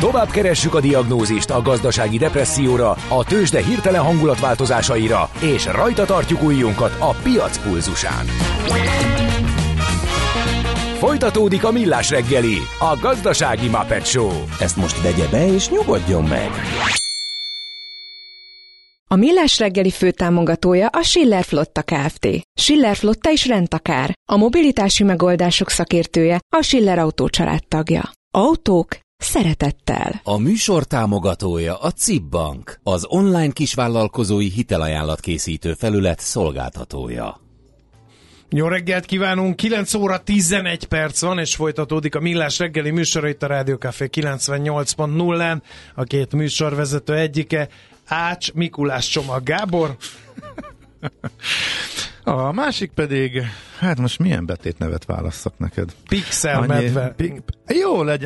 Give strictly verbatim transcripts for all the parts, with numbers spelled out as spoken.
Tovább keressük a diagnózist a gazdasági depresszióra, a tőzsde hirtelen hangulatváltozásaira, és rajta tartjuk ujjunkat a piac pulzusán. Folytatódik a Millás reggeli, a gazdasági Muppet Show. Ezt most vegye be és nyugodjon meg! A Millás reggeli főtámogatója a Schiller Flotta Kft. Schiller Flotta is rendtakár. A mobilitási megoldások szakértője, a Schiller Autó család tagja. Autók szeretettel. A műsor támogatója a cé i bé Bank, az online kisvállalkozói hitelajánlatkészítő felület szolgáltatója. Jó reggelt kívánunk, kilenc óra tizenegy perc van, és folytatódik a Millás reggeli műsora itt a Rádió Café kilencvennyolc pont nullán. A két műsorvezető egyike Ács Mikulás Csomag Gábor. A másik pedig, hát most milyen betétnevet válasszak neked? Pixel medve. Pik, jó legyen.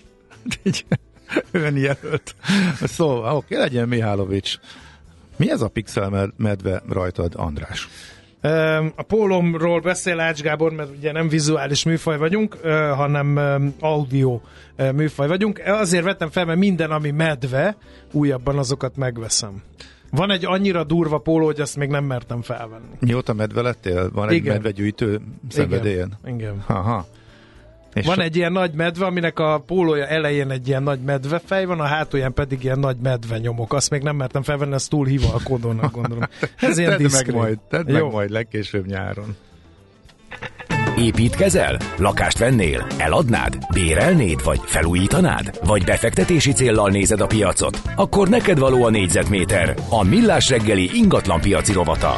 Önjelölt. Szóval, oké, legyen Mihálovics. Mi ez a Pixel medve rajtad, András? A pólomról beszél Ács Gábor, mert ugye nem vizuális műfaj vagyunk, hanem audio műfaj vagyunk. Azért vettem fel, mert minden, ami medve, újabban azokat megveszem. Van egy annyira durva póló, hogy azt még nem mertem felvenni. Mióta medve lettél? Van egy Igen. medvegyűjtő szenvedélyen? Igen. Igen. Aha. És van so... egy ilyen nagy medve, aminek a pólója elején egy ilyen nagy medvefej van, a hátulján pedig ilyen nagy medve nyomok. Azt még nem mertem felvenni, ezt túl hivalkodónak gondolom. Ez ilyen tedd diszkrét. meg majd, tedd meg majd legkésőbb nyáron. Építkezel? Lakást vennél? Eladnád? Bérelnéd? Vagy felújítanád? Vagy befektetési céllal nézed a piacot? Akkor neked való a négyzetméter, a Millás reggeli ingatlanpiaci rovata.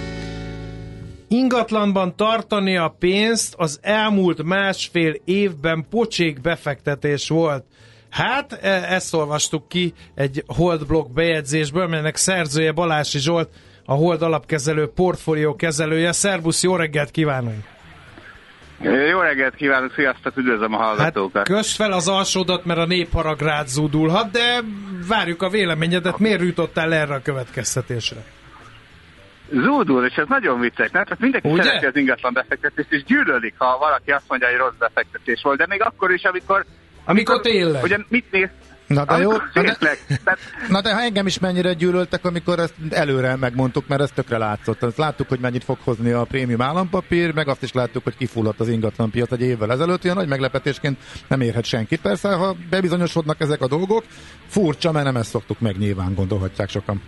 Ingatlanban tartani a pénzt az elmúlt másfél évben pocsék befektetés volt. Hát, e- ezt olvastuk ki egy Hold blog bejegyzésből, melynek szerzője Balási Zsolt, a Hold alapkezelő portfólió kezelője. Szerbusz, jó reggelt kívánunk! Jó reggelt kívánok, sziasztok, üdvözlöm a hallgatókat! Hát kösd fel az alsódat, mert a népharag rád zúdulhat, de várjuk a véleményedet, miért jutottál erre a következtetésre? Zúdul, és ez nagyon vicces, nem? Tehát mindenki Ugye? szereti az ingatlan befektetést, és gyűlölik, ha valaki azt mondja, hogy rossz befektetés volt, de még akkor is, amikor... Amikor tényleg. Ugye mit néz? Na de jó, na de, Tehát, na de ha engem is mennyire gyűlöltek, amikor ezt előre megmondtuk, mert ez tökre látszott. Azt láttuk, hogy mennyit fog hozni a prémium állampapír, meg azt is láttuk, hogy kifulladt az ingatlanpiac egy évvel ezelőtt. Ilyen nagy meglepetésként nem érhet senki. Persze, ha bebizonyosodnak ezek a dolgok, furcsa, mert nem ezt szoktuk meg, nyilván gondolhatják sokan.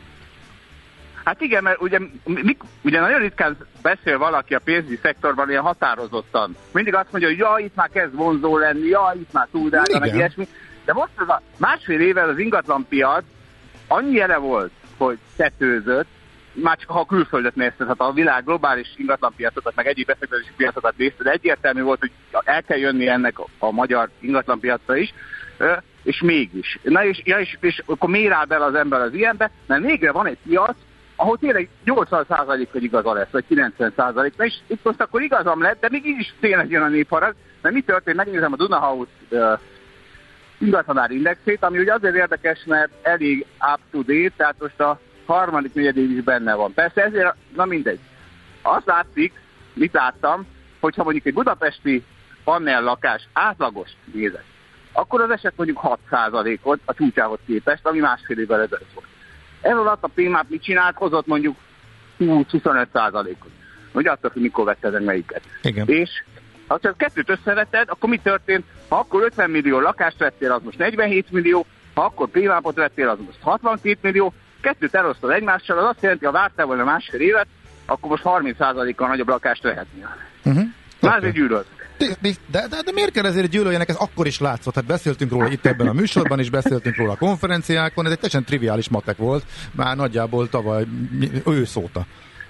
hát igen, mert ugye, mi, ugye nagyon ritkán beszél valaki a pénzügyi szektorban ilyen határozottan. Mindig azt mondja, hogy ja, itt már kezd vonzó lenni, ja, itt már túl drága, meg ilyesmi. De most az a másfél évvel az ingatlanpiac annyi jele volt, hogy tetőzött, már csak ha a külföldet nézted, hát a világ globális ingatlanpiacokat, meg egyéb befektetési piacokat nézted, egyértelmű volt, hogy el kell jönni ennek a magyar ingatlanpiacra is, és mégis. Na és, ja, és, és akkor miért áll bele az ember az ilyenbe? Mert végre van egy piac, ahol tényleg nyolcvan százalék, hogy igaza lesz, vagy kilencven százalék. Na és itt most akkor igazam lett, de még így is tényleg jön a népharag, mert mi történt? Megnézem a Dunahouse uh, ingatlanár indexét, ami ugye azért érdekes, mert elég up-to-date, tehát most a harmadik negyedév is benne van. Persze ezért, na mindegy. Azt látszik, mit láttam, hogyha mondjuk egy budapesti panel lakás átlagos nézet, akkor az eset mondjuk hat százalékot a csúcsához képest, ami másfél évvel ezelőtt volt. Ez alatt a pé map mit csinált, hozott mondjuk húsz-huszonöt százalékot. Ugye attól, hogy mikor vetted meg melyiket. Igen. És ha csak kettőt összeveted, akkor mi történt? Ha akkor ötven millió lakást vettél, az most negyvenhét millió, ha akkor pé mapot vettél, az most hatvankét millió, kettőt elosztod egymással, az azt jelenti, ha vártál volna másfél évet, akkor most harminc százalékkal nagyobb lakást vehetnél. Uh-huh. Már okay. gyűlölt. De, de, de, de miért kell ezért gyűlöljenek? Ez akkor is látszott. Hát beszéltünk róla itt ebben a műsorban is, beszéltünk róla a konferenciákon, ez egy teljesen triviális matek volt, már nagyjából tavaly ősz óta.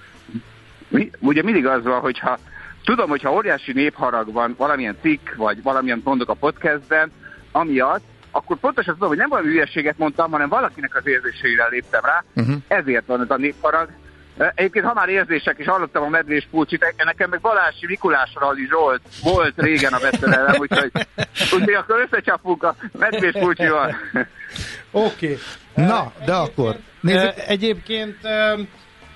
Mi, ugye mindig az van, hogyha tudom, hogyha óriási népharag van, valamilyen cikk, vagy valamilyen mondok a podcastben, amiatt, akkor pontosan tudom, hogy nem valami hülyeséget mondtam, hanem valakinek az érzéseire léptem rá, uh-huh. Ezért van ez a népharag. Egyébként, ha már érzések, és hallottam a Medvés Pulcsit, nekem meg Balási Mikulásról is Zsolt volt régen a beszélelem, úgyhogy, úgyhogy akkor összecsapunk a Medvés Pulcsival. Oké. Okay. Na, de akkor... Nézzük. Egyébként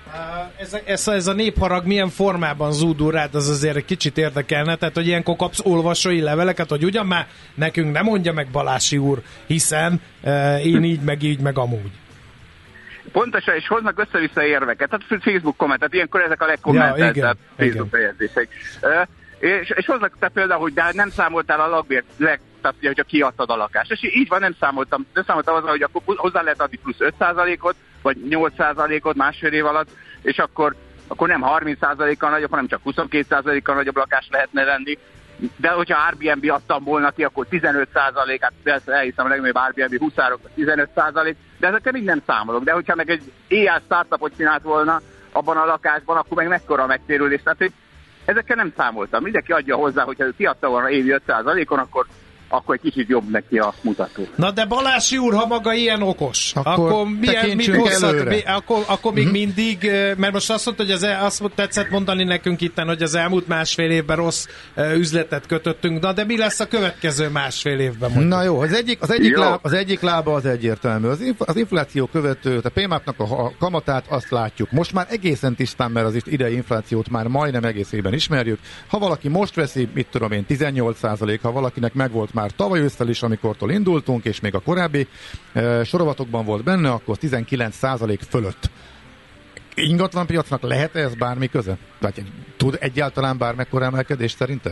Ez, ez, ez a népharag milyen formában zúdul rád, az azért egy kicsit érdekelne, tehát hogy ilyenkor kapsz olvasói leveleket, hogy ugyan már nekünk nem mondja meg Balási úr, hiszen uh, én így, meg így, meg amúgy. Pontosan, és hoznak össze-vissza érveket, tehát Facebook kommentet, ilyenkor ezek a legkommenteltebb ja, Facebook bejegyzések. Uh, és, és hoznak te például, hogy de nem számoltál a lakbért, leg, tehát ugye, hogyha kiadtad a lakást. És így van, nem számoltam, nem számoltam azzal, hogy akkor hozzá lehet adni plusz öt százalékot, vagy nyolc százalékot másfél év alatt, és akkor, akkor nem harminc százalékkal nagyobb, hanem csak huszonkettő százalékkal nagyobb lakást lehetne venni. De hogyha Airbnb adtam volna ki, akkor tizenöt százalék, hát persze elhiszem a legnagyobb Airbnb huszárok, tizenöt százalék, de ezekkel így nem számolok. De hogyha meg egy éjjel startupot csinált volna abban a lakásban, akkor meg mekkora a megtérülés. Tehát, hogy ezekkel nem számoltam. Mindenki adja hozzá, hogyha ő kiadta volna évi öt százalékon, akkor akkor egy kicsit jobb neki a mutató. Na de Balási úr, ha maga ilyen okos, akkor, akkor milyen, mit hozzak, mi, akkor, akkor még uh-huh. mindig, mert most azt mondta, hogy az el, azt tetszett mondani nekünk itten, hogy az elmúlt másfél évben rossz uh, üzletet kötöttünk, na de mi lesz a következő másfél évben? Mondjuk? Na jó, az egyik, az egyik, láb, az egyik lába az egyértelmű. Az, inf, az infláció követő, a pé em á pé-nak a, a kamatát azt látjuk. Most már egészen tisztán, mert az idei inflációt már majdnem egészében ismerjük. Ha valaki most veszi, mit tudom én, tizennyolc százalék, ha valakinek megvolt már tavaly ősszel is, amikortól indultunk, és még a korábbi e, sorovatokban volt benne, akkor tizenkilenc százalék fölött. Ingatlanpiacnak lehet ez bármi köze? Vagy tud egyáltalán bármekkora emelkedés szerinted?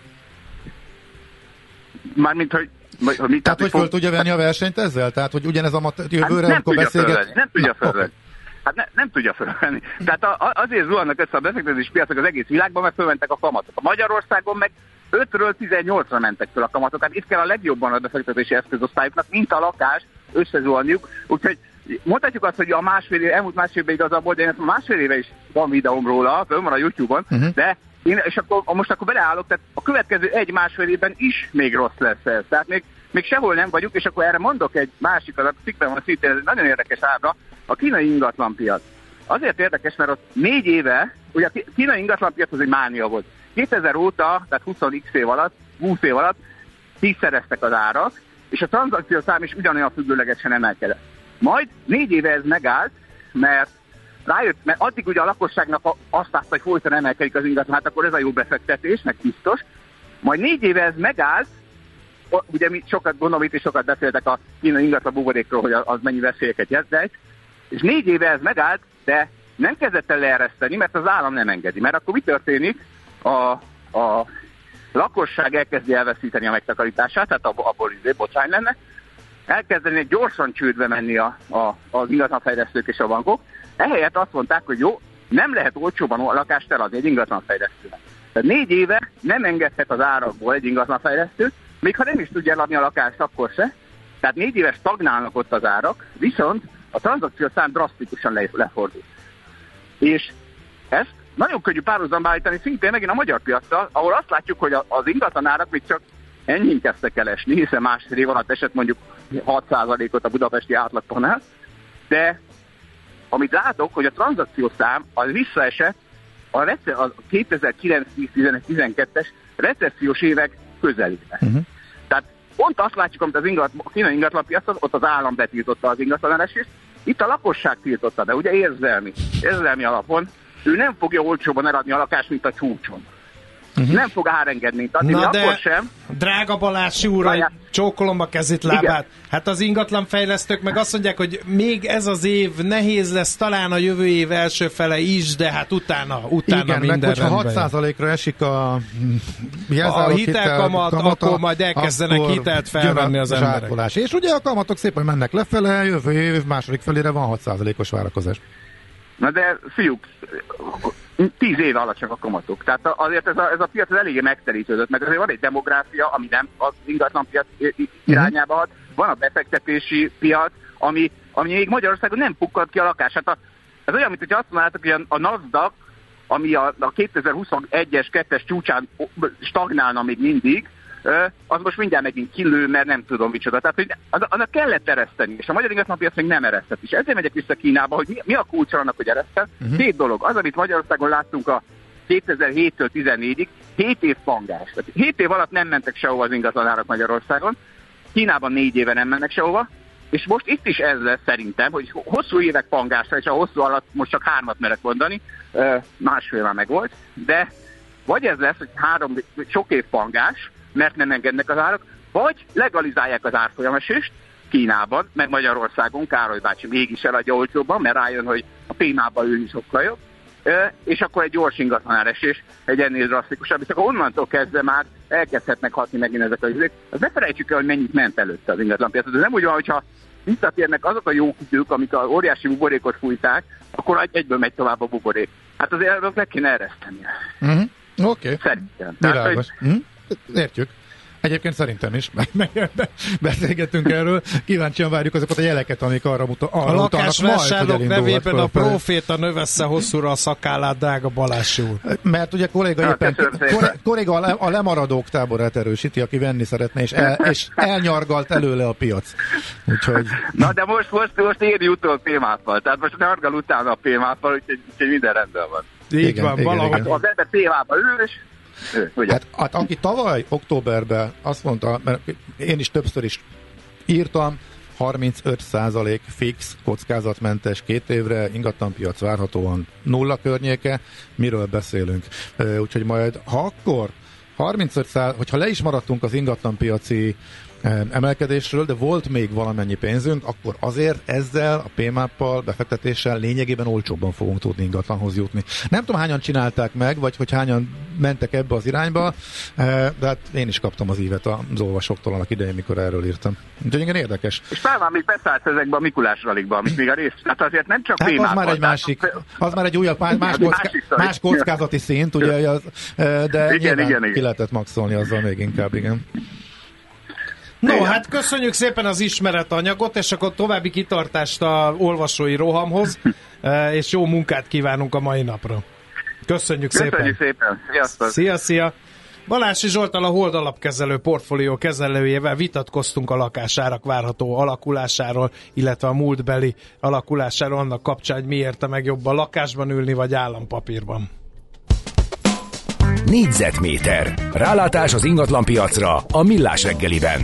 Mármint, hogy... hogy mit Tehát, hogy föl tudja venni a versenyt ezzel? Tehát, hogy ugyanez a mat- jövőre, hát amikor beszélget... Nem tudja fölvenni. Okay. Hát ne, nem tudja fölvenni. Tehát a, azért zuhannak össze a befektetési piacok az egész világban, mert fölmentek a kamatok. A Magyarországon meg ötről tizennyolcra mentek föl a kamatok. Hát itt kell a legjobban a befektetési eszközosztályoknak, mint a lakás összezuhanniuk. Úgyhogy mondhatjuk azt, hogy a másfél év, elmúlt másfél évben igazából, de én ezt másfél éve is van videóm róla, fönn van a YouTube-on, uh-huh. de én, és akkor, most akkor beleállok, tehát a következő egy-másfél évben is még rossz lesz ez. Tehát még, még sehol nem vagyunk, és akkor erre mondok egy másik, a cikkben van szintén, ez egy nagyon érdekes ábra, a kínai ingatlanpiac. Azért érdekes, mert ott négy éve, ugye a kínai ingatlanpiac az egy mánia volt. kétezer óta, tehát húsz x év alatt, húsz év alatt tízszereztek az árak, és a tranzakciószám is ugyanolyan függőlegesen emelkedett. Majd négy éve ez megállt, mert rájött, mert addig ugye a lakosságnak azt látta, hogy folyton emelkedik az ingatlan, hát akkor ez a jó befektetés, meg biztos. Majd négy éve ez megállt, ugye mi sokat gondolom, itt is sokat beszéltek a kínai ingatlan buborékról, hogy az mennyi veszélyeket jelent, és négy éve ez megállt, de nem kezdett el leereszteni, mert az állam nem engedi. Mert akkor mi történik? A, a lakosság elkezdi elveszíteni a megtakarítását, tehát abból izé bocsány lenne, elkezdeni gyorsan csődbe menni a, a, az ingatlanfejlesztők és a bankok. Ehelyett azt mondták, hogy jó, nem lehet olcsóban a lakást eladni egy ingatlanfejlesztőnek. Tehát négy éve nem engedhet az árakból egy ingatlanfejlesztő, még ha nem is tudja eladni a lakást, akkor se. Tehát négy éve stagnálnak ott az árak, viszont a tranzakciószám drasztikusan le, lefordul. És ezt nagyon könnyű párhuzamba állítani szintén megint a magyar piacra, ahol azt látjuk, hogy az ingatlanárak még csak ennyi kezdtek el esni, hiszen másfél év alatt esett mondjuk hat százalékot a budapesti átlagpanel, de amit látok, hogy a tranzakciószám az visszaesett a, rece- a kétezer-kilenc, tíz, tizenegy, tizenkettes recessziós évek közelében. Uh-huh. Tehát pont azt látjuk, amit az ingatlan, a kínai ingatlanpiacon, ott az állam betiltotta az ingatlaneresést, itt a lakosság tiltotta, de ugye érzelmi, érzelmi alapon ő nem fogja olcsóban eladni a lakást, mint a csúcson. Uh-huh. Nem fog árengedni adni, na de akkor sem. Drága Balási úr, Vajá... csókolom a kezét, lábát. Igen. Hát az ingatlanfejlesztők meg azt mondják, hogy még ez az év nehéz lesz, talán a jövő év első fele is, de hát utána, utána igen, minden meg hogyha hat százalékra esik a a hitelkamat, hitel, akkor majd elkezdenek akkor hitelt felvenni az emberek. Zsárkolás. És ugye a kamatok szépen mennek lefele, jövő év második felére van hat százalékos várakozás. Na de fiúk, tíz éve alatt csak a kamatok. Tehát azért ez a, ez a piac az eléggé megterítődött, meg azért van egy demográfia, ami nem az ingatlanpiac irányába hat, van a befektetési piac, ami, ami még Magyarországon nem pukkad ki a lakás. Hát a, ez olyan, mint hogy azt mondanátok, hogy a NASDAQ, ami a, a kétezer-huszonegyes, kettes csúcsán stagnálna még mindig, az most mindjárt megint kilő, mert nem tudom micsoda. Tehát, hogy annak kellett ereszteni, és a magyar ingatlanpiac még nem eresztett is. Ezért megyek vissza Kínába, hogy mi, mi a kulcsa annak, hogy eresztett. Uh-huh. Két dolog. Az, amit Magyarországon láttunk a kétezer-héttől tizennégyig, hét év pangás. hét év alatt nem mentek sehova az ingatlanárak Magyarországon. Kínában négy éve nem mennek sehova. és most itt is ez lesz szerintem, hogy hosszú évek pangásra, és a hosszú alatt most csak hármat merek mondani, másfél már meg volt, de vagy ez lesz, hogy három, sok év pangás, mert nem engednek az árak, vagy legalizálják az árfolyamesést Kínában, meg Magyarországon, Károly bácsi mégis eladja olcsóbban, mert rájön, hogy a témában ülni sokkal jobb, és akkor egy gyors ingatlanáresés, egy ennél drasztikusabb, és akkor onnantól kezdve már elkezdhetnek hatni megint ezek az idők. Az ne felejtsük el, hogy mennyit ment előtte az ingatlanpiacot. Ez nem úgy van, hogyha visszatérnek azok a jó idők, amik a óriási buborékot fújták, akkor egyből megy tovább a buborék. Hát azért előbb meg kéne ereszteni. Uh-huh. Oké. Okay. Szerintem. Világos. Hogy... Uh-huh. Értjük. Egyébként szerintem is, meg beszélgettünk erről. Kíváncsian várjuk azokat a jeleket, amik arra mutat, arra a lakásvásárlók nevében a fölfele. Proféta növessze hosszúra a szakállát, drága Balássy úr. Mert ugye kolléga éppen, kolléga a lemaradók táborát erősíti, aki venni szeretne, és, el, és elnyargalt előle a piac. Úgyhogy... Na de most, most, most éri utol P-máppal, tehát most nyargal utána a P-máppal, úgyhogy, úgyhogy minden rendben van. Így igen, van, igen, valahogy. igen. Az ember P-máppal ül, és ő, hát, hát aki tavaly októberben azt mondta, mert én is többször is írtam, harmincöt százalék fix, kockázatmentes két évre, ingatlanpiac várhatóan nulla környéke, miről beszélünk. Úgyhogy majd, ha akkor harmincöt százalék, hogyha le is maradtunk az ingatlanpiaci emelkedésről, de volt még valamennyi pénzünk, akkor azért ezzel a P-máppal, befektetéssel lényegében olcsóbban fogunk tudni ingatlanhoz jutni. Nem tudom, hányan csinálták meg, vagy hogy hányan mentek ebbe az irányba, de hát én is kaptam az ívet az olvasóktól annak idején, mikor erről írtam. Úgyhogy igen, érdekes. És talán még beszállt ezekbe a Mikulás ralikba, amit még a részt, hát azért nem csak hát P-máppal. Az már egy másik, az már egy újabb, más, kocká, más kockázati szint, ugye, az, de igen, igen, igen. ki lehetett maxolni azzal még inkább, igen. No, igen. Hát köszönjük szépen az ismeretanyagot, és akkor további kitartást a olvasói rohamhoz, és jó munkát kívánunk a mai napra. Köszönjük, Köszönjük szépen. szépen. Sziasztok. Szia, szia. Balássy Zsolttal, a Hold alapkezelő portfólió kezelőjével vitatkoztunk a lakásárak várható alakulásáról, illetve a múltbeli alakulásáról, annak kapcsán, hogy mi érte meg jobban lakásban ülni, vagy állampapírban. Négyzetméter. Rálátás az ingatlanpiacra a Millás reggeliben.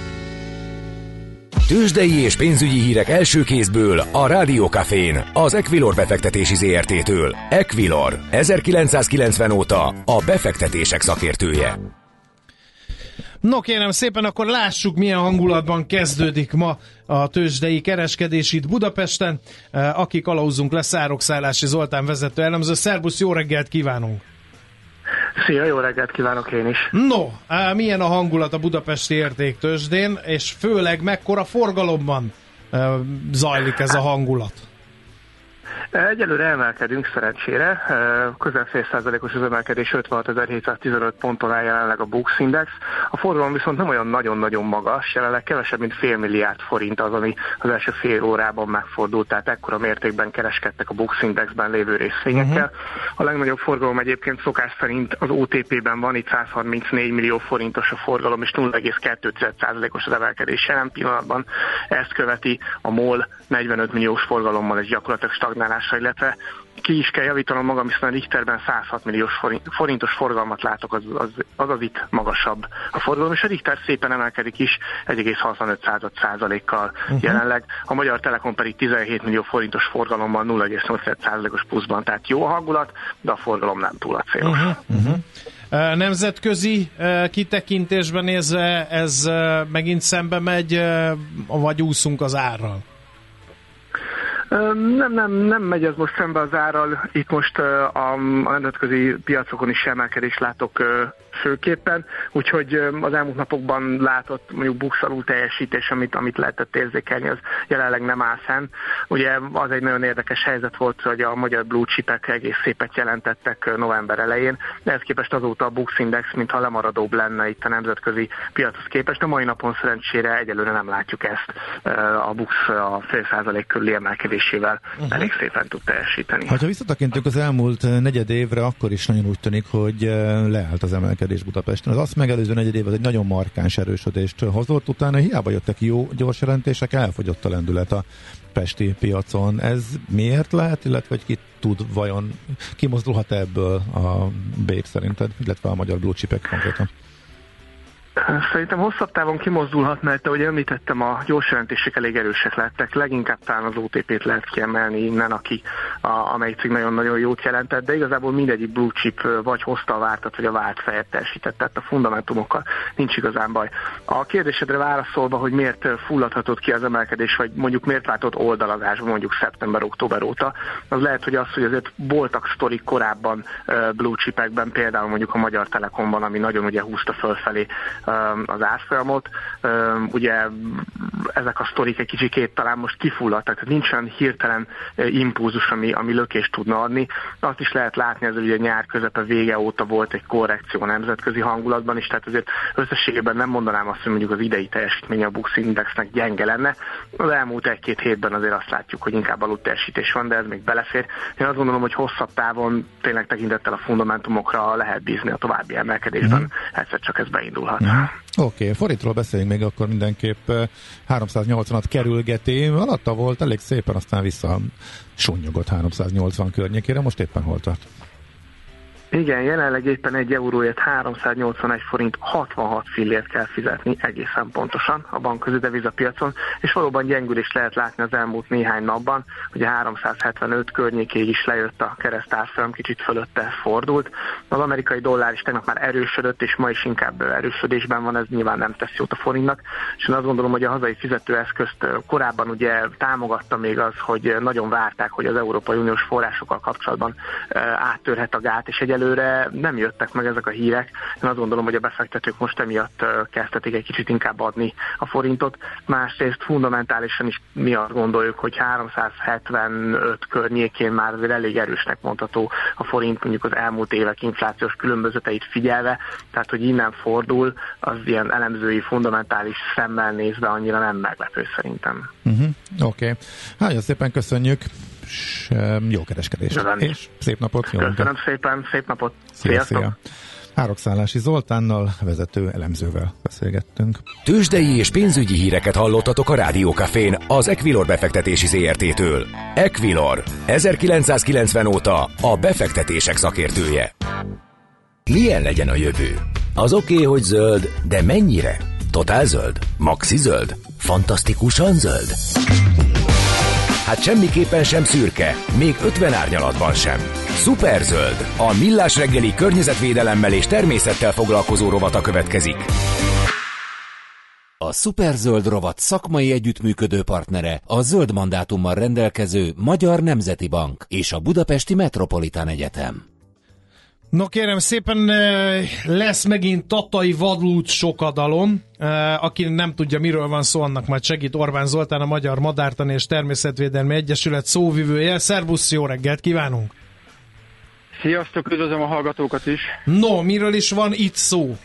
Tőzsdei és pénzügyi hírek első kézből a Rádió Cafén, az Equilor befektetési zé er té-től. Equilor, ezerkilencszázkilencven óta a befektetések szakértője. No kérem szépen, akkor lássuk, milyen hangulatban kezdődik ma a tőzsdei kereskedés itt Budapesten. Aki kalauzunk lesz, Árok-Szállási Zoltán vezető elemző. Szerbusz, jó reggelt kívánunk! Szia, jó reggelt kívánok én is! No, milyen a hangulat a budapesti értéktőzsdén, és főleg mekkora forgalomban zajlik ez a hangulat? Egyelőre emelkedünk szerencsére, közel fél százalékos az emelkedés, ötvenhatezer-hétszáztizenöt ponton áll jelenleg a Bux Index. A forgalom viszont nem olyan nagyon-nagyon magas, jelenleg kevesebb, mint fél milliárd forint az, ami az első fél órában megfordult, tehát ekkora mértékben kereskedtek a Bux Indexben lévő részvényekkel. Uh-huh. A legnagyobb forgalom egyébként szokás szerint az o té pé-ben van, itt száz harmincnégy millió forintos a forgalom, és nulla egész kettő százalékos az emelkedés jelen pillanatban. Ezt követi a MOL negyvenöt milliós forgalommal, és gyakorlatilag stagnálásra, illetve ki is kell javítanom magam, hiszen a Richterben százhat milliós forintos forgalmat látok, az az, az az itt magasabb a forgalom, és a Richter szépen emelkedik is egy egész hatvanöt százalékkal uh-huh. jelenleg. A Magyar Telekom pedig tizenhét millió forintos forgalommal nulla egész nyolc százalékos pluszban, tehát jó a hangulat, de a forgalom nem túl acélos. Uh-huh. Uh-huh. Nemzetközi kitekintésben nézve ez megint szembe megy, vagy úszunk az árral? Nem, nem, nem megy ez most szembe az árral. Itt most a, a nemzetközi piacokon is emelkedést látok főképpen, úgyhogy az elmúlt napokban látott mondjuk Bux alul teljesítés, amit, amit lehetett érzékelni, az jelenleg nem áll fenn. Ugye az egy nagyon érdekes helyzet volt, hogy a magyar blue chipek egész szépet jelentettek november elején, de ehhez képest azóta a Bux Index mintha lemaradóbb lenne itt a nemzetközi piachoz képest. A mai napon szerencsére egyelőre nem látjuk ezt. A Bux a fél százalék körüli emelkedésével uh-huh. elég szépen tud teljesíteni. Ha visszatekintünk az elmúlt negyed évre, akkor is nagyon úgy tűnik, hogy leállt az emelkedés Budapesten. Az azt megelőző negyed év az egy nagyon markáns erősödést hozott, utána hiába jöttek jó gyors jelentések, elfogyott a lendület a pesti piacon. Ez miért lehet, illetve hogy ki tud vajon, kimozdulhat ebből a bé é pé szerinted, illetve a magyar blue chipek konkrétan? Szerintem hosszabb távon kimozdulhat, mert ahogy említettem, a gyors jelentések elég erősek lettek. Leginkább talán az o té pét lehet kiemelni innen, aki, a, amelyik cég nagyon-nagyon jót jelentett, de igazából mindegyik blue chip vagy hozta a vártat, vagy a várt fejet teljesített, tehát a fundamentumokkal nincs igazán baj. A kérdésedre válaszolva, hogy miért fulladhatott ki az emelkedés, vagy mondjuk miért váltott oldalazásba mondjuk szeptember-október óta, az lehet, hogy az, hogy azért voltak sztorik korábban blue chipekben, például mondjuk a Magyar Telekomban, ami nagyon ugye húzta fölfelé az árfolyamot. Ugye ezek a sztorik egy kicsikét talán most kifulladtak, tehát nincs olyan hirtelen impulzus, ami, ami lökést tudna adni. Azt is lehet látni, ez ugye nyár közepe vége óta volt egy korrekció a nemzetközi hangulatban is, tehát azért összességében nem mondanám azt, hogy mondjuk az idei teljesítménye a Bux Indexnek gyenge lenne. Az elmúlt egy-két hétben azért azt látjuk, hogy inkább aludt teljesítés van, de ez még belefér. Én azt gondolom, hogy hosszabb távon tényleg tekintettel a fundamentumokra lehet bízni a további emelkedésben. Mm. Egyszer csak ez beindulhat. Mm. Oké, okay, forintról beszéljünk még akkor mindenképp. háromszáznyolcvanat kerülgeti, alatta volt elég szépen, aztán vissza sunnyogott háromszáznyolcvan környékére, most éppen hol tart? Igen, jelenleg éppen egy euróért háromszáznyolcvanegy forint hatvanhat fillért kell fizetni egészen pontosan a bankközi devizapiacon, és valóban gyengülést lehet látni az elmúlt néhány napban, ugye háromszázhetvenöt környékéig is lejött a keresztárfolyam, kicsit fölötte fordult. Az amerikai dollár is tegnap már erősödött, és ma is inkább erősödésben van, ez nyilván nem tesz jót a forintnak, és én azt gondolom, hogy a hazai fizetőeszközt korábban ugye támogatta még az, hogy nagyon várták, hogy az Európai Uniós forrásokkal kapcsolatban áttörhet a gát, és egyelőre Előre nem jöttek meg ezek a hírek. Én azt gondolom, hogy a befektetők most emiatt kezdhetik egy kicsit inkább adni a forintot. Másrészt fundamentálisan is mi azt gondoljuk, hogy háromszázhetvenöt környékén már azért elég erősnek mondható a forint, mondjuk az elmúlt évek inflációs különbözeteit figyelve, tehát hogy innen fordul, az ilyen elemzői fundamentális szemmel nézve annyira nem meglepő szerintem. Uh-huh. Oké. Okay. Nagyon szépen köszönjük. Jó kereskedést. És szép napot. Jó Köszönöm munkát. szépen, szép napot. Szia, Sziasztok. szia. Árokszállási Zoltánnal, vezető elemzővel beszélgettünk. Tőzsdei és pénzügyi híreket hallottatok a Rádiókafén az Equilor befektetési zé er té-től. Equilor, ezerkilencszázkilencven óta a befektetések szakértője. Milyen legyen a jövő? Az oké, okay, hogy zöld, de mennyire? Totál zöld? Maxi zöld? Fantasztikusan zöld? Hát semmiképpen sem szürke, még ötven árnyalatban sem. Szuperzöld, a Millás reggeli környezetvédelemmel és természettel foglalkozó rovata következik. A Szuperzöld rovat szakmai együttműködő partnere a zöld mandátummal rendelkező Magyar Nemzeti Bank és a Budapesti Metropolitán Egyetem. No kérem szépen, lesz megint tatai vadlúd sokadalom. Aki nem tudja, miről van szó, annak majd segít Orbán Zoltán, a Magyar Madártani és Természetvédelmi Egyesület szóvivője. Szervusz, jó reggelt kívánunk! Sziasztok, üdvözlöm a hallgatókat is! No, miről is van itt szó?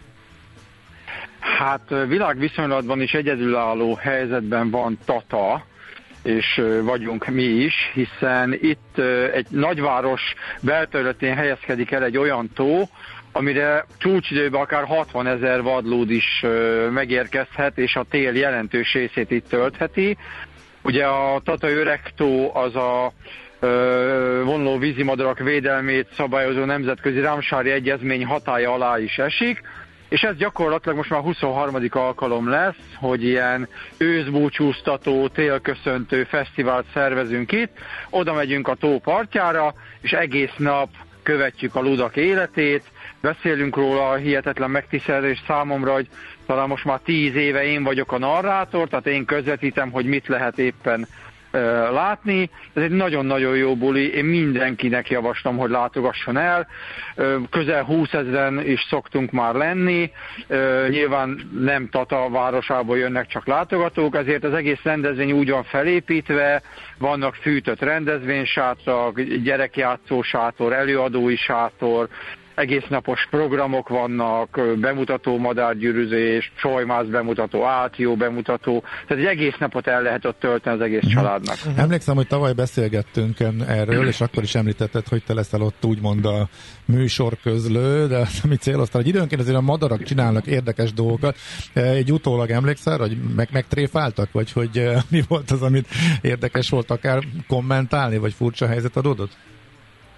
Hát világviszonylatban is egyedülálló helyzetben van Tata, és vagyunk mi is, hiszen itt egy nagyváros belterületén helyezkedik el egy olyan tó, amire csúcsidőben akár hatvanezer vadlúd is megérkezhet, és a tél jelentős részét itt töltheti. Ugye a Tatai Öregtó az a vonuló vízimadarak védelmét szabályozó nemzetközi Rámsári Egyezmény hatálya alá is esik, és ez gyakorlatilag most már huszonharmadik alkalom lesz, hogy ilyen őszbúcsúztató, télköszöntő fesztivált szervezünk itt. Oda megyünk a tó partjára, és egész nap követjük a ludak életét, beszélünk róla, hihetetlen megtisztelés számomra, hogy talán most már tíz éve én vagyok a narrátor, tehát én közvetítem, hogy mit lehet éppen látni. Ez egy nagyon-nagyon jó buli, én mindenkinek javaslom, hogy látogasson el. Közel húszezren is szoktunk már lenni, nyilván nem Tata városából jönnek csak látogatók, ezért az egész rendezvény úgy van felépítve, vannak fűtött rendezvénysátrak, gyerekjátszó sátor, előadói sátor, egésznapos programok vannak, bemutató madárgyűrűzés, csajmász bemutató, átjó bemutató, tehát egy egész napot el lehet ott tölteni az egész családnak. Emlékszem, hogy tavaly beszélgettünk erről, és akkor is említetted, hogy te leszel ott úgymond a műsorközlő, de amit céloztál, hogy időnként azért a madarak csinálnak érdekes dolgokat. Egy utólag emlékszel, hogy meg, megtréfáltak, vagy hogy mi volt az, amit érdekes volt akár kommentálni, vagy furcsa helyzet adódott?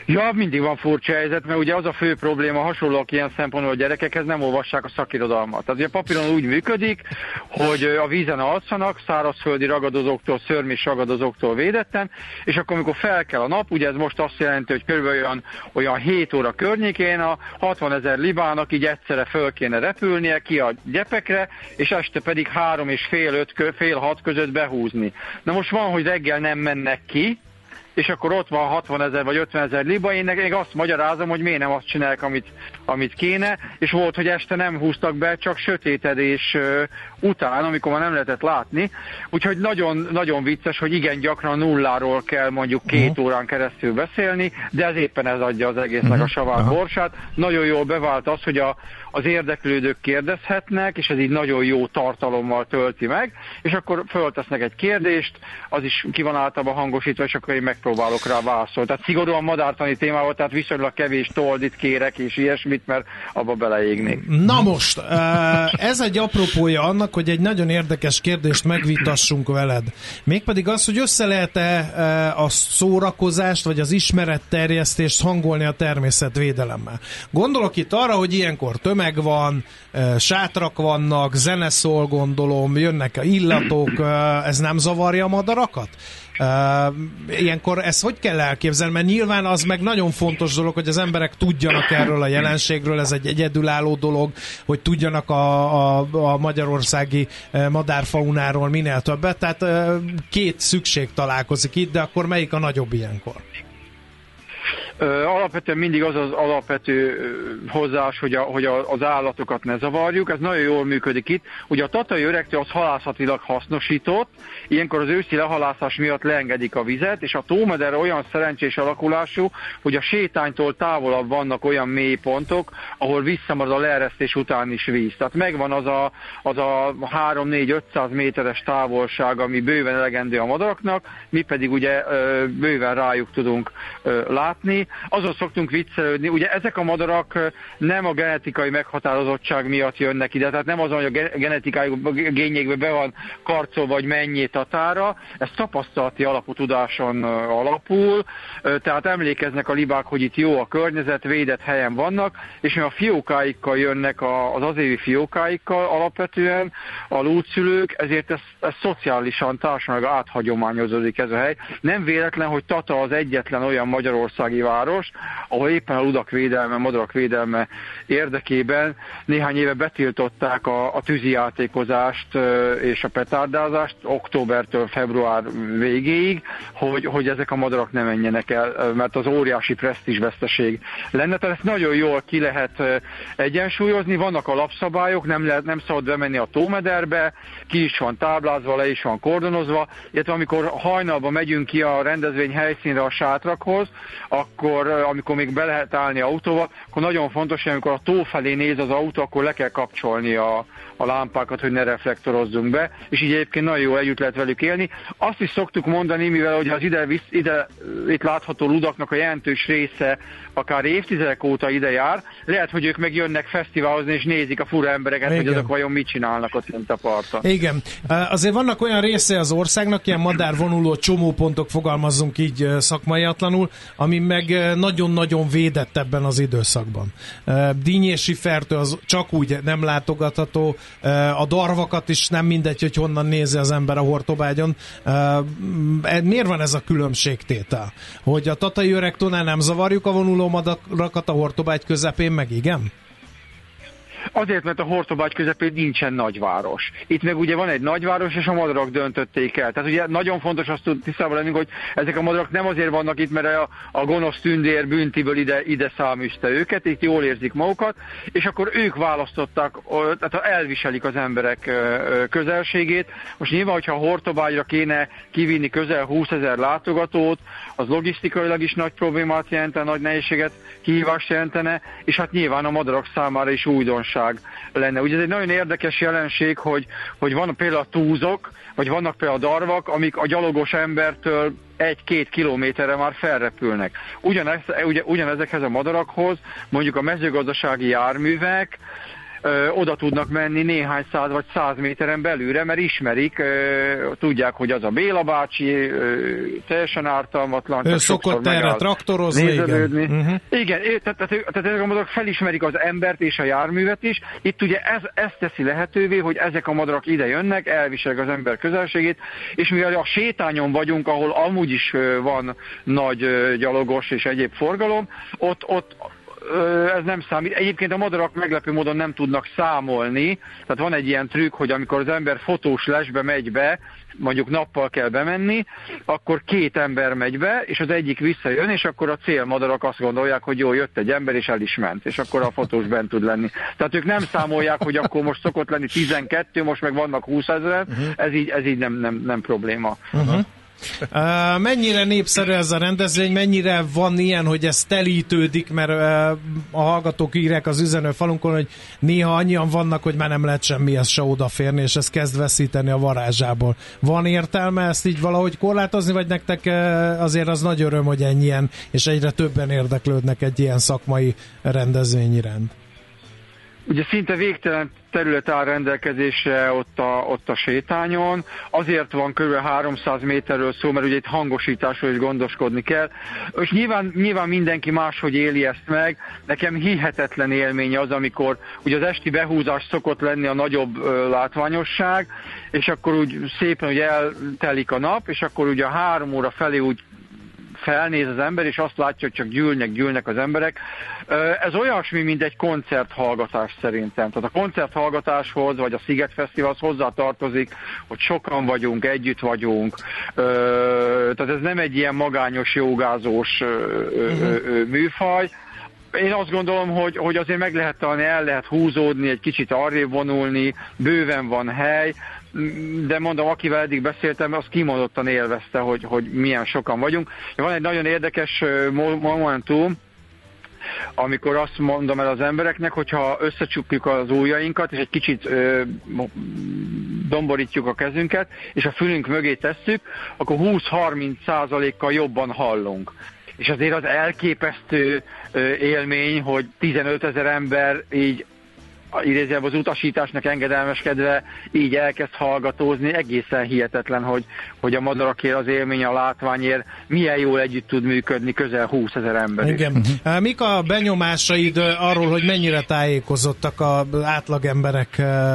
Ja, mindig van furcsa helyzet, mert ugye az a fő probléma, hasonlóak ilyen szempontból a gyerekekhez nem olvassák a szakirodalmat. Tehát ugye a papíron úgy működik, hogy a vízen alszanak, szárazföldi ragadozóktól, szörmés ragadozóktól védetten, és akkor amikor fel kell a nap, ugye ez most azt jelenti, hogy körülbelül olyan, olyan hét óra környékén a hatvanezer libának így egyszerre föl kéne repülnie ki a gyepekre, és este pedig három és fél, öt, fél hat között behúzni. Na most van, hogy reggel nem mennek ki, és akkor ott van hatvanezer vagy ötvenezer liba, én még azt magyarázom, hogy miért nem azt csinálják, amit, amit kéne, és volt, hogy este nem húztak be, csak sötétedés után, amikor már nem lehetett látni, úgyhogy nagyon, nagyon vicces, hogy igen, gyakran nulláról kell mondjuk két uh-huh. órán keresztül beszélni, de ez éppen ez adja az egésznek uh-huh. a savát uh-huh. borsát. Nagyon jól bevált az, hogy a, az érdeklődők kérdezhetnek, és ez így nagyon jó tartalommal tölti meg, és akkor föltesznek egy kérdést, az is ki van általában hangosítva, és akkor én megpróbálok rá válaszolni. Tehát szigorúan madártani témával, tehát viszonylag kevés toldit kérek, és ilyesmit, mert abba beleégnék. Na most, ez egy apropója annak, hogy egy nagyon érdekes kérdést megvitassunk veled. Mégpedig az, hogy össze lehet-e a szórakozást, vagy az ismeretterjesztést hangolni a természetvédelemmel. Gondolok itt arra, hogy ilyenkor tömeg van, sátrak vannak, zene szól, gondolom, jönnek a illatok, ez nem zavarja a madarakat? Uh, ilyenkor ezt hogy kell elképzelni? Mert nyilván az meg nagyon fontos dolog, hogy az emberek tudjanak erről a jelenségről, ez egy egyedülálló dolog, hogy tudjanak a, a, a magyarországi madárfaunáról minél többet, tehát uh, két szükség találkozik itt, de akkor melyik a nagyobb ilyenkor? Alapvetően mindig az az alapvető hozzáállás, hogy, a, hogy a, az állatokat ne zavarjuk, ez nagyon jól működik itt. Ugye a tatai öregtő az halászatilag hasznosított, ilyenkor az őszi lehalászás miatt leengedik a vizet, és a tómeder olyan szerencsés alakulású, hogy a sétánytól távolabb vannak olyan mély pontok, ahol visszamarad a leeresztés után is víz. Tehát megvan az a, az a három-négy-ötszáz méteres távolság, ami bőven elegendő a madaraknak, mi pedig ugye bőven rájuk tudunk látni. Azon szoktunk viccelődni, ugye ezek a madarak nem a genetikai meghatározottság miatt jönnek ide, tehát nem azon, hogy a genetikájuk, a génjékben be van karcolva, vagy mennyi tatára, ez tapasztalati alapú tudáson alapul, tehát emlékeznek a libák, hogy itt jó a környezet, védett helyen vannak, és mi a fiókáikkal jönnek, az azévi fiókáikkal alapvetően a lúdszülők, ezért ez, ez szociálisan, társadalmilag áthagyományozódik ez a hely. Nem véletlen, hogy Tata az egyetlen olyan magyarországi város, ahol éppen a ludak védelme, madarak védelme érdekében néhány éve betiltották a, a tűzijátékozást és a petárdázást októbertől február végéig, hogy, hogy ezek a madarak ne menjenek el, mert az óriási presztízsveszteség lenne. Tehát ezt nagyon jól ki lehet egyensúlyozni, vannak alapszabályok, nem, lehet, nem szabad bemenni a tómederbe, ki is van táblázva, le is van kordonozva, illetve amikor hajnalban megyünk ki a rendezvény helyszínre a sátrakhoz, akkor amikor még be lehet állni autóval, akkor nagyon fontos, hogy amikor a tó felé néz az autó, akkor le kell kapcsolni a, a lámpákat, hogy ne reflektorozzunk be, és így egyébként nagyon jó együtt lehet velük élni. Azt is szoktuk mondani, mivel hogy az ide, ide itt látható ludaknak a jelentős része akár évtizedek óta ide jár, lehet, hogy ők meg jönnek fesztiválozni, és nézik a fura embereket, igen, hogy azok vajon mit csinálnak ott mint a parton. Igen. Azért vannak olyan része az országnak, ilyen madárvonuló csomópontok, fogalmazzunk így szakmaiatlanul, ami meg nagyon-nagyon védett ebben az időszakban. Dínyési fertő az csak úgy nem látogatható, a darvakat is nem mindegy, hogy honnan nézi az ember a Hortobágyon. Miért van ez a különbségtétel? Hogy a tatai öregtónál nem zavarjuk a vonuló madarakat, a Hortobágy közepén meg igen? Azért, mert a Hortobágy közepén nincsen nagyváros. Itt meg ugye van egy nagyváros, és a madarak döntötték el. Tehát ugye nagyon fontos azt tisztában lennünk, hogy ezek a madarak nem azért vannak itt, mert a, a gonosz tündér bűntiből ide, ide száműzte őket, itt jól érzik magukat, és akkor ők választottak, tehát elviselik az emberek közelségét. Most nyilván, hogyha a Hortobágyra kéne kivinni közel húszezer látogatót, az logisztikailag is nagy problémát jelentene, nagy nehézséget, kihívást jelentene, és hát nyilván a madarak számára is újdonság lenne. Ugye ez egy nagyon érdekes jelenség, hogy, hogy van például a túzok, vagy vannak például a darvak, amik a gyalogos embertől egy-két kilométerre már felrepülnek. Ugyanez, ugye, ugyanezekhez a madarakhoz mondjuk a mezőgazdasági járművek ö, oda tudnak menni néhány száz vagy száz méteren belülre, mert ismerik, ö, tudják, hogy az a Béla bácsi ö, teljesen ártalmatlan. Ő szokott erre traktorozni, igen. Uh-huh. Igen, tehát, tehát, tehát ezek a madarak felismerik az embert és a járművet is. Itt ugye ez, ez teszi lehetővé, hogy ezek a madarak ide jönnek, elviselik az ember közelségét, és mivel a sétányon vagyunk, ahol amúgy is van nagy gyalogos és egyéb forgalom, ott, ott ez nem számít. Egyébként a madarak meglepő módon nem tudnak számolni, tehát van egy ilyen trükk, hogy amikor az ember fotós lesbe megy be, mondjuk nappal kell bemenni, akkor két ember megy be, és az egyik visszajön, és akkor a célmadarak azt gondolják, hogy jó, jött egy ember, és el is ment, és akkor a fotós bent tud lenni. Tehát ők nem számolják, hogy akkor most szokott lenni tizenkettő, most meg vannak húszezeren, uh-huh. ez így, ez így nem, nem, nem probléma. Uh-huh. Uh, mennyire népszerű ez a rendezvény, mennyire van ilyen, hogy ez telítődik, mert uh, a hallgatók írják az üzenőfalunkon, hogy néha annyian vannak, hogy már nem lehet semmihez se odaférni, és ez kezd veszíteni a varázsából. Van értelme ezt így valahogy korlátozni, vagy nektek uh, azért az nagy öröm, hogy ennyien, és egyre többen érdeklődnek egy ilyen szakmai rendezvény iránt? Ugye szinte végtelen terület áll rendelkezésre ott a, ott a sétányon, azért van kb. háromszáz méterről szó, mert ugye itt hangosításról is gondoskodni kell, és nyilván, nyilván mindenki máshogy éli ezt meg. Nekem hihetetlen élmény az, amikor ugye az esti behúzás szokott lenni a nagyobb ö, látványosság, és akkor úgy szépen ugye eltelik a nap, és akkor ugye a három óra felé úgy felnéz az ember, és azt látja, hogy csak gyűlnek, gyűlnek az emberek. Ez olyasmi, mint egy koncerthallgatás szerintem. Tehát a koncerthallgatáshoz, vagy a Sziget Fesztiválhoz hozzá tartozik, hogy sokan vagyunk, együtt vagyunk. Tehát ez nem egy ilyen magányos, jogázós uh-huh. műfaj. Én azt gondolom, hogy, hogy azért meg lehet találni, el lehet húzódni, egy kicsit arrébb vonulni, bőven van hely, de mondom, akivel eddig beszéltem, az kimondottan élvezte, hogy, hogy milyen sokan vagyunk. Van egy nagyon érdekes momentum, amikor azt mondom el az embereknek, hogyha összecsukjuk az ujjainkat, és egy kicsit ö, domborítjuk a kezünket, és a fülünk mögé tesszük, akkor húsz-harminc százalékkal jobban hallunk. És azért az elképesztő ö, élmény, hogy tizenötezer ember így idézőjelben az utasításnak engedelmeskedve így elkezd hallgatózni, egészen hihetetlen, hogy, hogy a madarakért, az élmény, a látványért milyen jól együtt tud működni közel húszezer ember. Igen. Uh-huh. Mik a benyomásaid arról, hogy mennyire tájékozottak az átlagemberek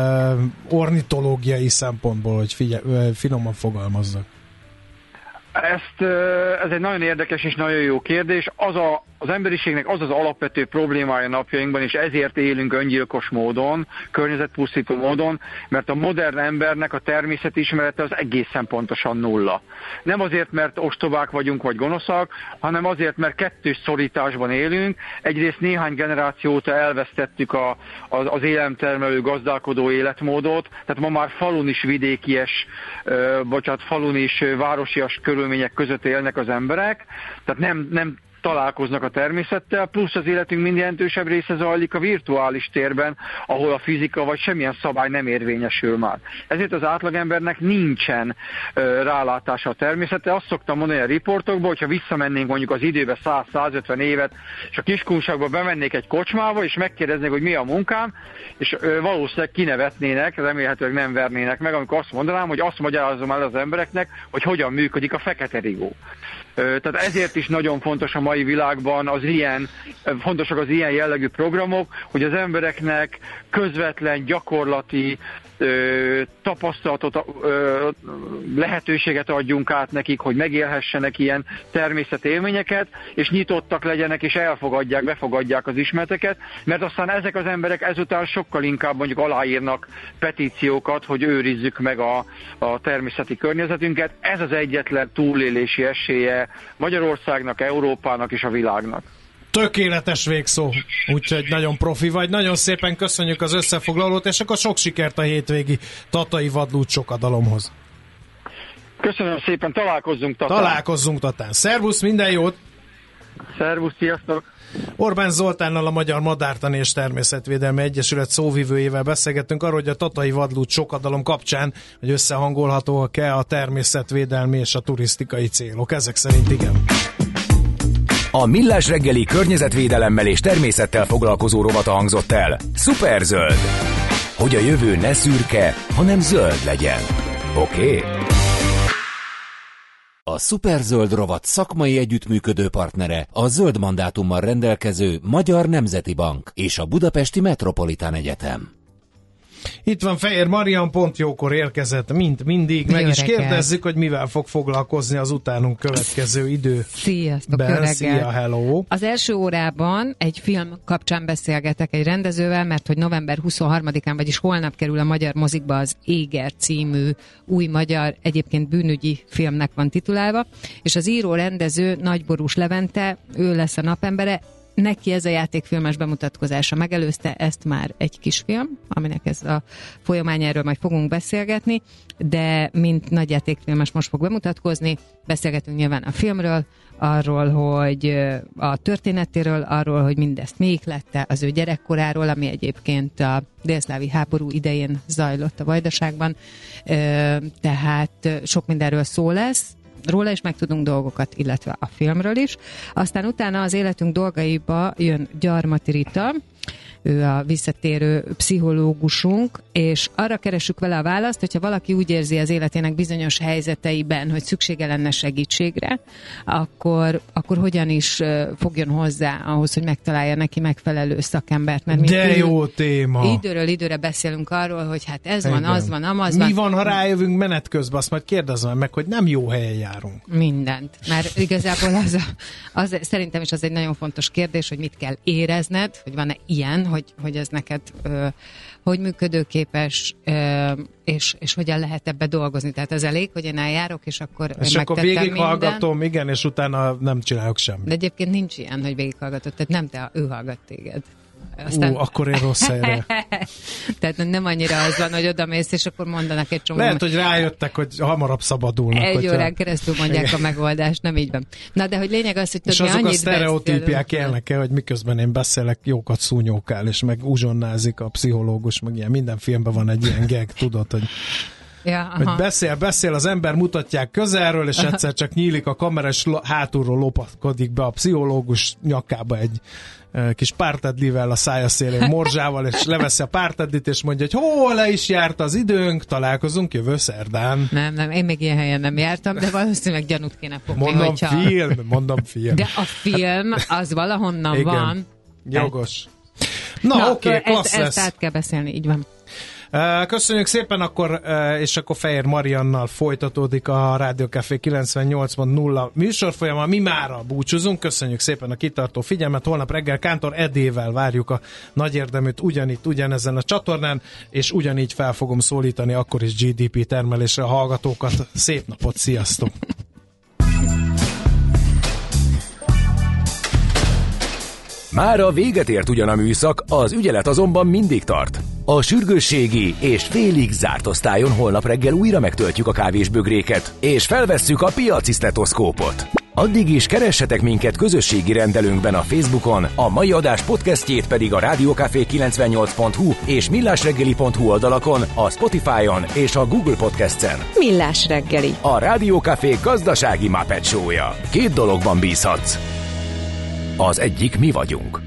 ornitológiai szempontból, hogy figyel, finoman fogalmazzak? Ezt, ez egy nagyon érdekes és nagyon jó kérdés. Az a, az emberiségnek az az alapvető problémája napjainkban, és ezért élünk öngyilkos módon, környezetpusztító módon, mert a modern embernek a természetismerete az egészen pontosan nulla. Nem azért, mert ostobák vagyunk vagy gonoszak, hanem azért, mert kettős szorításban élünk. Egyrészt néhány generáció óta elvesztettük a, az, az élelemtermelő gazdálkodó életmódot, tehát ma már falun is vidékies, bocsánat, falun is városias körülmények között élnek az emberek, tehát nem, nem találkoznak a természettel, plusz az életünk mind jelentősebb része zajlik a virtuális térben, ahol a fizika vagy semmilyen szabály nem érvényesül már. Ezért az átlagembernek nincsen ö, rálátása a természetre. Azt szoktam mondani a riportokban, hogyha visszamennénk mondjuk az időbe száz-százötven évet, és a kiskunságba bemennék egy kocsmába, és megkérdeznék, hogy mi a munkám, és ö, valószínűleg kinevetnének, remélhetőleg nem vernének meg, amikor azt mondanám, hogy azt magyarázom el az embereknek, hogy hogyan működik a fekete rigó. Tehát ezért is nagyon fontos a mai világban az ilyen, fontosak az ilyen jellegű programok, hogy az embereknek közvetlen, gyakorlati ö, tapasztalatot, ö, lehetőséget adjunk át nekik, hogy megélhessenek ilyen természetélményeket, és nyitottak legyenek, és elfogadják, befogadják az ismereteket, mert aztán ezek az emberek ezután sokkal inkább mondjuk aláírnak petíciókat, hogy őrizzük meg a, a természeti környezetünket. Ez az egyetlen túlélési esélye Magyarországnak, Európának és a világnak. Tökéletes végszó, úgyhogy nagyon profi vagy. Nagyon szépen köszönjük az összefoglalót, és akkor sok sikert a hétvégi Tatai Vadlúd sokadalomhoz. Köszönöm szépen, találkozzunk Tatán. Találkozzunk Tatán. Szervusz, minden jót! Szervusz, sziasztok! Orbán Zoltánnal, a Magyar Madártani és Természetvédelmi Egyesület szóvivőjével beszélgettünk arról, hogy a Tatai Vadlúd sokadalom kapcsán, hogy összehangolhatóak-e a természetvédelmi és a turisztikai célok. Ezek szerint igen. A Millás reggeli környezetvédelemmel és természettel foglalkozó rovata hangzott el. Szuperzöld! Hogy a jövő ne szürke, hanem zöld legyen. Oké? Okay? A Szuperzöld rovat szakmai együttműködő partnere a zöld mandátummal rendelkező Magyar Nemzeti Bank és a Budapesti Metropolitán Egyetem. Itt van Fejér Marian, pont jókor érkezett, mint mindig. Meg Jó is reggel. kérdezzük, hogy mivel fog foglalkozni az utánunk következő idő. Sziasztok, jó Ben, reggel. szia, hello. Az első órában egy film kapcsán beszélgetek egy rendezővel, mert hogy november huszonharmadikán, vagyis holnap kerül a magyar mozikba az Éger című új magyar, egyébként bűnügyi filmnek van titulálva, és az író-rendező Nagyborús Levente, ő lesz a napembere. Neki ez a játékfilmes bemutatkozása megelőzte, ezt már egy kisfilm, aminek ez a folyamány, erről majd fogunk beszélgetni, de mint nagy játékfilmes most fog bemutatkozni, beszélgetünk nyilván a filmről, arról, hogy a történetéről, arról, hogy mindezt miik lette, az ő gyerekkoráról, ami egyébként a délszlávi háború idején zajlott a Vajdaságban, tehát sok mindenről szó lesz, róla is megtudunk dolgokat, illetve a filmről is. Aztán utána az életünk dolgaiba jön Gyarmati Rita, ő a visszatérő pszichológusunk, és arra keresünk vele a választ, hogyha valaki úgy érzi az életének bizonyos helyzeteiben, hogy szüksége lenne segítségre, akkor, akkor hogyan is fogjon hozzá ahhoz, hogy megtalálja neki megfelelő szakembert. Mert De jó téma. Időről időre beszélünk arról, hogy hát ez Igen. van, az van, amaz van. Mi van, ha rájövünk menet közben? Azt majd kérdezem meg, hogy nem jó helyen járunk. Mindent. Mert igazából az, a, az szerintem is az egy nagyon fontos kérdés, hogy mit kell érezned, hogy van-e ilyen, hogy, hogy ez neked ö, hogy működőképes, ö, és, és hogyan lehet ebbe dolgozni. Tehát az elég, hogy én eljárok, és akkor És akkor végighallgatom, igen, és utána nem csinálok semmit. De egyébként nincs ilyen, hogy végighallgatod, tehát nem te, ő hallgat téged. Aztán... Ú, akkor én rossz helyre. Tehát nem annyira az van, hogy odamész, és akkor mondanak egy csomó. Lehet, hogy rájöttek, hogy hamarabb szabadulnak. Egy hogyha... órán keresztül mondják Igen. a megoldást, nem így van. Na, de hogy lényeg az, hogy és tudni, azok annyit a sztereotípiák beszélünk. élnek-e, hogy miközben én beszélek, jókat szúnyókál, és meg uzsonnázik a pszichológus, meg ilyen minden filmben van egy ilyen gag, tudod, hogy Ja, hogy beszél, beszél, az ember mutatják közelről, és egyszer csak nyílik a kamera, és hátulról lopatkodik be a pszichológus nyakába egy uh, kis pártedlivel a szája szélén, morzsával, és leveszi a pártedlit, és mondja, hogy hol le is járt az időnk, találkozunk jövő szerdán. Nem, nem, én még ilyen helyen nem jártam, de valószínűleg gyanút kéne fogni, Mondom hogyha... film, mondom film. De a film, az valahonnan Igen. van. Jogos. Na, Na oké, okay, klassz ezt, lesz. ezt át kell beszélni, így van. Köszönjük szépen, akkor, és akkor Fejér Mariannal folytatódik a Rádió Café kilencvennyolc pont nulla műsorfolyama. Mi mára búcsúzunk, köszönjük szépen a kitartó figyelmet. Holnap reggel Kántor Edével várjuk a nagy érdeműt ugyanitt, ugyanezen a csatornán, és ugyanígy fel fogom szólítani akkor is gé dé pé termelésre a hallgatókat. Szép napot, sziasztok! Mára véget ért ugyan a műszak, az ügyelet azonban mindig tart. A sürgősségi és félig zárt osztályon holnap reggel újra megtöltjük a kávésbögréket, és felvesszük a piaci sztetoszkópot. Addig is keressetek minket közösségi rendelőnkben a Facebookon, a mai adás podcastjét pedig a rádiókafé kilencvennyolc pont hu és millásreggeli pont hu oldalakon, a Spotify-on és a Google Podcast-en. Millás reggeli. A Rádiókafé gazdasági Muppet show-ja. Két dologban bízhatsz. Az egyik mi vagyunk.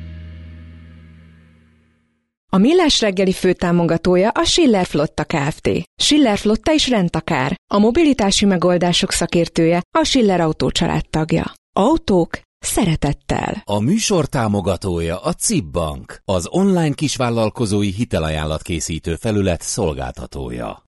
A Millás reggeli főtámogatója a Schiller Flotta Kft. Schiller Flotta is rendtakár. A mobilitási megoldások szakértője, a Schiller Autó család tagja. Autók szeretettel. A műsor támogatója a cib Bank, az online kisvállalkozói hitelajánlatkészítő felület szolgáltatója.